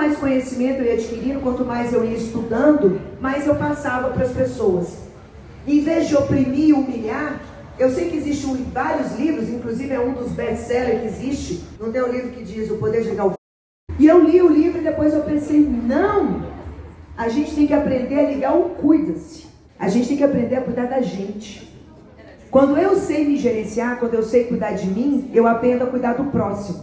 mais conhecimento eu ia adquirindo, quanto mais eu ia estudando, mais eu passava para as pessoas. Em vez de oprimir e humilhar, eu sei que existem vários livros, inclusive é um dos best-sellers que existe, não tem um livro que diz O Poder de Ligar o Fogo? E eu li o livro e depois eu pensei, não, a gente tem que aprender a ligar o cuida-se. A gente tem que aprender a cuidar da gente. Quando eu sei me gerenciar, quando eu sei cuidar de mim, eu aprendo a cuidar do próximo.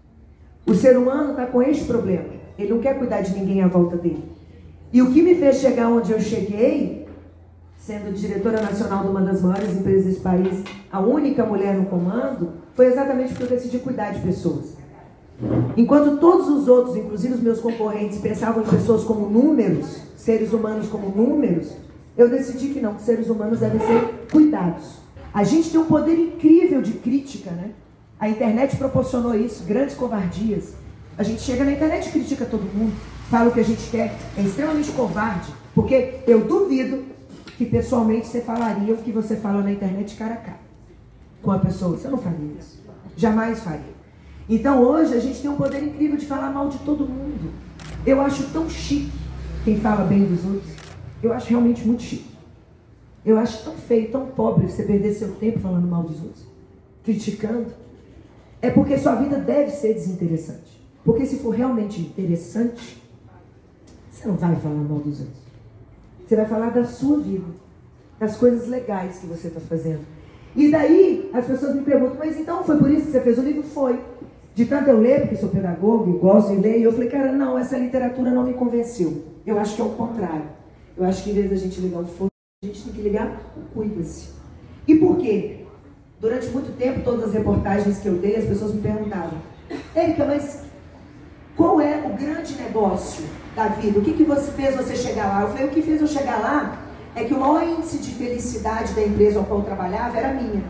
O ser humano está com este problema. Ele não quer cuidar de ninguém à volta dele. E o que me fez chegar onde eu cheguei, sendo diretora nacional de uma das maiores empresas desse país, a única mulher no comando, foi exatamente porque eu decidi cuidar de pessoas. Enquanto todos os outros, inclusive os meus concorrentes, pensavam em pessoas como números, seres humanos como números, eu decidi que não, que seres humanos devem ser cuidados. A gente tem um poder incrível de crítica, né? A internet proporcionou isso, grandes covardias. A gente chega na internet e critica todo mundo, fala o que a gente quer, é extremamente covarde, porque eu duvido que pessoalmente você falaria o que você fala na internet cara a cara com a pessoa. Você não faria isso, jamais faria. Então hoje a gente tem um poder incrível de falar mal de todo mundo. Eu acho tão chique quem fala bem dos outros. Eu acho realmente muito chique. Eu acho tão feio, tão pobre você perder seu tempo falando mal dos outros, criticando. É porque sua vida deve ser desinteressante. Porque se for realmente interessante, você não vai falar mal dos outros. Você vai falar da sua vida, das coisas legais que você está fazendo. E daí as pessoas me perguntam, mas então foi por isso que você fez o livro? Foi. De tanto eu ler, porque sou pedagogo e gosto de ler, e eu falei, cara, não, essa literatura não me convenceu. Eu acho que é o contrário. Eu acho que em vez da gente ligar o fogo, a gente tem que ligar o cuida-se. E por quê? Durante muito tempo, todas as reportagens que eu dei, as pessoas me perguntavam, Érica, mas qual é o grande negócio da vida? O que você fez você chegar lá? Eu falei, o que fez eu chegar lá é que o maior índice de felicidade da empresa ao qual eu trabalhava era minha.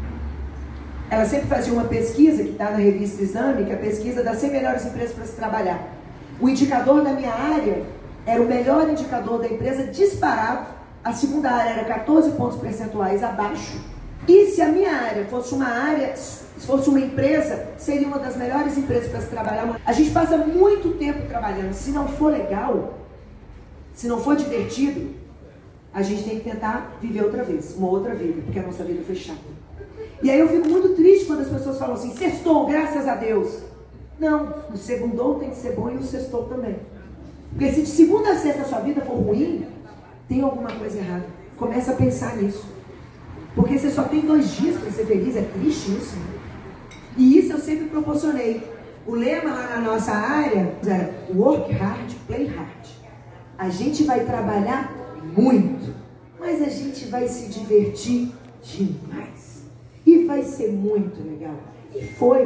Ela sempre fazia uma pesquisa, que está na revista Exame, que é a pesquisa das 100 melhores empresas para se trabalhar. O indicador da minha área era o melhor indicador da empresa disparado. A segunda área era 14 pontos percentuais abaixo. E se a minha área fosse uma empresa, seria uma das melhores empresas para se trabalhar. A gente passa muito tempo trabalhando. Se não for legal, se não for divertido, a gente tem que tentar viver outra vez, uma outra vida, porque a nossa vida foi chata. E aí eu fico muito triste quando as pessoas falam assim, sextou, graças a Deus. Não, o segundou tem que ser bom e o sextou também. Porque se de segunda a sexta a sua vida for ruim, tem alguma coisa errada. Começa a pensar nisso. Porque você só tem 2 dias para ser feliz, é triste isso. Né? E isso eu sempre proporcionei. O lema lá na nossa área era work hard, play hard. A gente vai trabalhar muito, mas a gente vai se divertir demais. E vai ser muito legal. E foi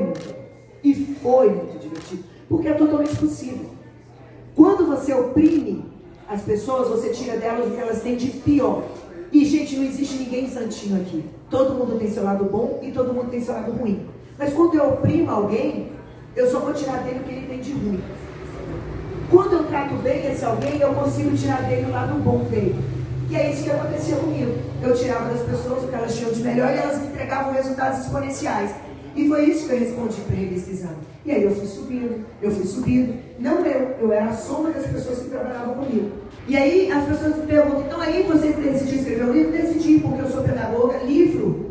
muito divertido. Porque é totalmente possível. Quando você oprime as pessoas, você tira delas o que elas têm de pior. E, gente, não existe ninguém santinho aqui. Todo mundo tem seu lado bom e todo mundo tem seu lado ruim. Mas quando eu oprimo alguém, eu só vou tirar dele o que ele tem de ruim. Quando eu trato bem esse alguém, eu consigo tirar dele o lado bom dele. E é isso que acontecia comigo. Eu tirava das pessoas o que elas tinham de melhor e elas me entregavam resultados exponenciais. E foi isso que eu respondi para a revista Exame. E aí eu fui subindo. Não eu era a soma das pessoas que trabalhavam comigo. E aí as pessoas me perguntam, então aí você decidiu escrever um livro? Decidi, porque eu sou pedagoga. Livro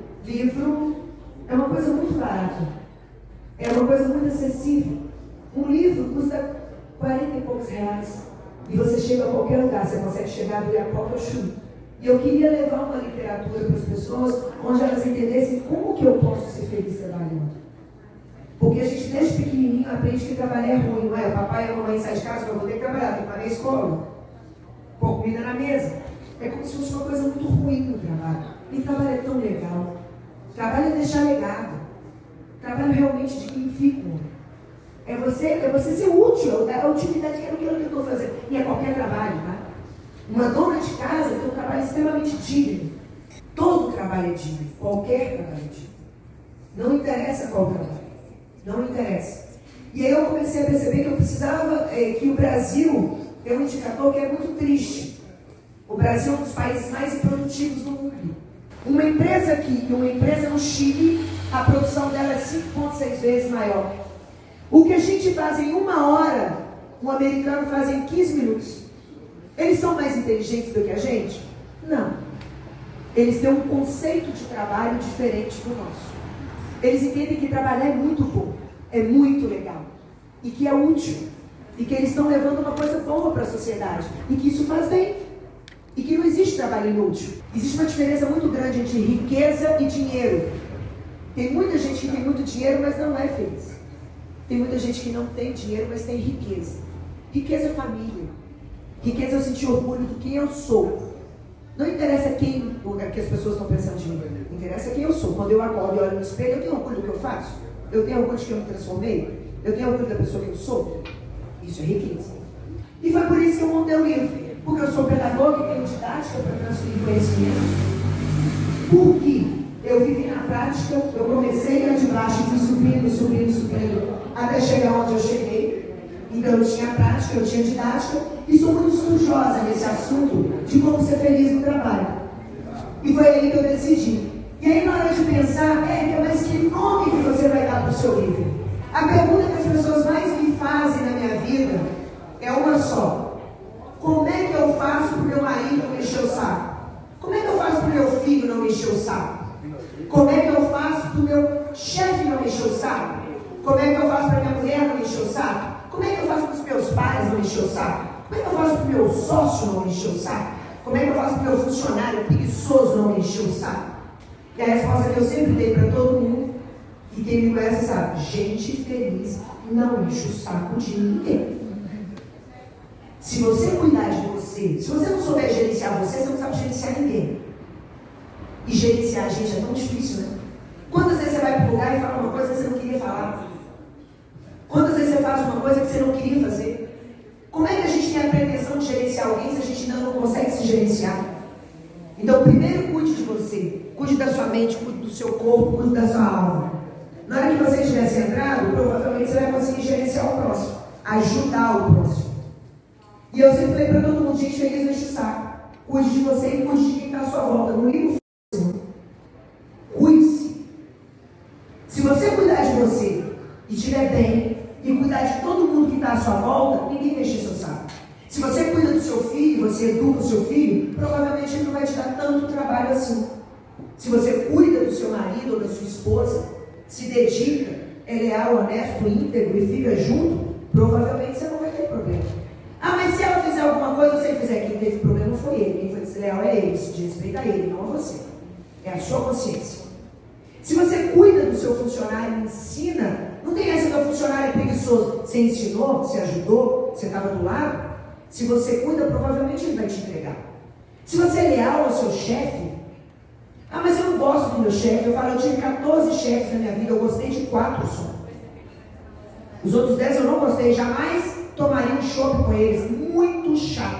é uma coisa muito barata. É uma coisa muito acessível. Um livro custa 40 e poucos reais. E você chega a qualquer lugar, você consegue chegar a abrir a porta ou chuva. E eu queria levar uma literatura para as pessoas onde elas entendessem como que eu posso ser feliz trabalhando. Porque a gente desde pequenininho aprende que trabalhar é ruim, não é? O papai e a mamãe saem de casa, eu vou ter que trabalhar, tem que pagar a escola, pôr comida na mesa. É como se fosse uma coisa muito ruim no trabalho. E trabalho é tão legal. Trabalho é deixar legado. Trabalho realmente dignifica. É você ser útil, a utilidade que é aquilo que eu estou fazendo. E é qualquer trabalho, tá? Uma dona de casa tem um trabalho extremamente digno. Todo trabalho é digno. Qualquer trabalho é digno. Não interessa qual trabalho. Não interessa. E aí eu comecei a perceber que eu precisava, que o Brasil tem um indicador que é muito triste. O Brasil é um dos países mais improdutivos do mundo. Uma empresa aqui e uma empresa no Chile, a produção dela é 5,6 vezes maior. O que a gente faz em 1 hora, um americano faz em 15 minutos. Eles são mais inteligentes do que a gente? Não. Eles têm um conceito de trabalho diferente do nosso. Eles entendem que trabalhar é muito bom, é muito legal, e que é útil, e que eles estão levando uma coisa boa para a sociedade, e que isso faz bem, e que não existe trabalho inútil. Existe uma diferença muito grande entre riqueza e dinheiro. Tem muita gente que tem muito dinheiro, mas não é feliz. Tem muita gente que não tem dinheiro, mas tem riqueza. Riqueza é família. Riqueza é eu sentir orgulho do quem eu sou. Não interessa quem que as pessoas estão pensando de mim. Interessa quem eu sou. Quando eu acordo e olho no espelho, eu tenho orgulho do que eu faço? Eu tenho orgulho de que eu me transformei? Eu tenho orgulho da pessoa que eu sou? Isso é riqueza. E foi por isso que eu montei o livro. Porque eu sou pedagogo e tenho didática para transferir conhecimento. Porque eu vivi na prática, eu comecei lá de baixo e fui subindo, até chegar onde eu cheguei. Então eu tinha prática, eu tinha didática, e sou muito estudiosa nesse assunto de como ser feliz no trabalho. E foi aí que eu decidi. E aí, na hora de pensar, mas que nome que você vai dar para o seu livro? A pergunta que as pessoas mais me fazem na minha vida é uma só. Como é que eu faço para o meu marido não me encher o saco? Como é que eu faço para o meu filho não me encher o saco? Como é que eu faço para o meu chefe não me encher o saco? Como é que eu faço para minha mulher não me encher o saco? Como é que eu faço para os meus pais não me encher o saco? Como é que eu faço para o meu sócio não me encher o saco? Como é que eu faço para o meu funcionário preguiçoso não me encher o saco? E a resposta que eu sempre dei para todo mundo, e quem me conhece sabe, gente feliz não enche o saco de ninguém. Se você cuidar de você, se você não souber gerenciar você não sabe gerenciar ninguém. E gerenciar a gente é tão difícil, né? Quantas vezes você vai para um lugar e fala uma coisa que você não queria falar? Quantas vezes você faz uma coisa que você não queria fazer? Como é que a gente tem a pretensão de gerenciar alguém se a gente ainda não consegue se gerenciar? Então, primeiro cuide de você. Cuide da sua mente, cuide do seu corpo, cuide da sua alma. Na hora que você estiver centrado, provavelmente você vai conseguir gerenciar o próximo. Ajudar o próximo. E eu sempre falei para todo mundo, gente feliz não enche o saco. Cuide de você e cuide de quem está à sua volta. Não liga o cuide-se. Se você cuidar de você e estiver bem, e cuidar de todo mundo que está à sua volta, ninguém vai encher seu saco. Se você cuida do seu filho, você educa o seu filho, provavelmente ele não vai te dar tanto trabalho assim. Se você cuida do seu marido ou da sua esposa, se dedica, é leal, honesto, íntegro e fica junto, provavelmente você não vai ter problema. Mas se ela fizer alguma coisa, você fizer, quem teve problema foi ele, quem foi desleal é ele, se desrespeita ele, não é você. É a sua consciência. Se você cuida do seu funcionário e ensina, não tem essa que o funcionário é preguiçoso. Você ensinou, você ajudou, você estava do lado. Se você cuida, provavelmente ele vai te entregar. Se você é leal ao seu chefe, mas eu não gosto do meu chefe. Eu falo, eu tive 14 chefes na minha vida, eu gostei de 4 só. Os outros 10 eu não gostei, jamais tomaria um chopp com eles, muito chato.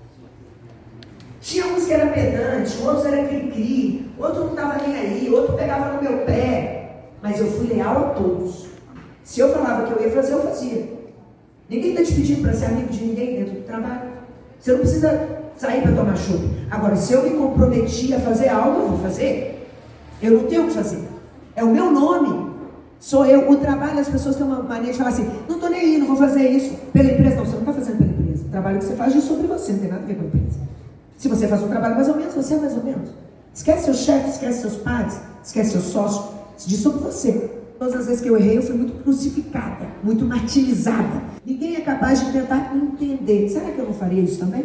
Tinha uns que era pedante, outros era cri-cri, outro não estava nem aí, outro pegava no meu pé, mas eu fui leal a todos. Se eu falava que eu ia fazer, eu fazia. Ninguém está te pedindo para ser amigo de ninguém dentro do trabalho. Você não precisa sair para tomar chopp. Agora, se eu me comprometi a fazer algo, eu vou fazer. Eu não tenho o que fazer. É o meu nome. Sou eu. O trabalho, as pessoas têm uma mania de falar assim, não estou nem aí, não vou fazer isso pela empresa. Não, você não está fazendo pela empresa. O trabalho que você faz é sobre você, não tem nada a ver com a empresa. Se você faz um trabalho mais ou menos, você é mais ou menos. Esquece seu chefe, esquece seus pais, esquece seu sócio. Se diz sobre você. Todas as vezes que eu errei, eu fui muito crucificada, muito martirizada. Ninguém é capaz de tentar entender. Será que eu não faria isso também?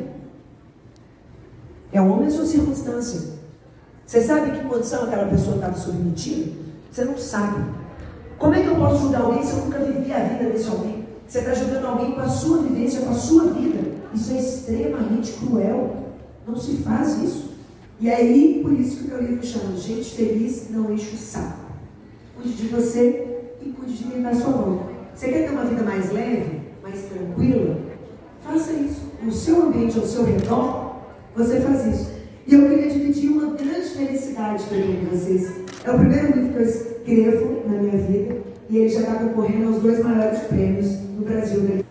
É o homem a sua circunstância. Você sabe em que condição aquela pessoa estava submetida? Você não sabe. Como é que eu posso ajudar alguém se eu nunca vivi a vida desse alguém? Você está ajudando alguém com a sua vivência, com a sua vida. Isso é extremamente cruel. Não se faz isso. E aí, por isso que o meu livro chama Gente Feliz Não Enche o Saco. Cuide de você e cuide de quem está à sua volta. Você quer ter uma vida mais leve, mais tranquila? Faça isso. No seu ambiente, ao seu redor, você faz isso. E eu queria dividir uma grande felicidade que eu tenho com vocês. É o primeiro livro que eu escrevo na minha vida e ele já está concorrendo aos 2 maiores prêmios no Brasil.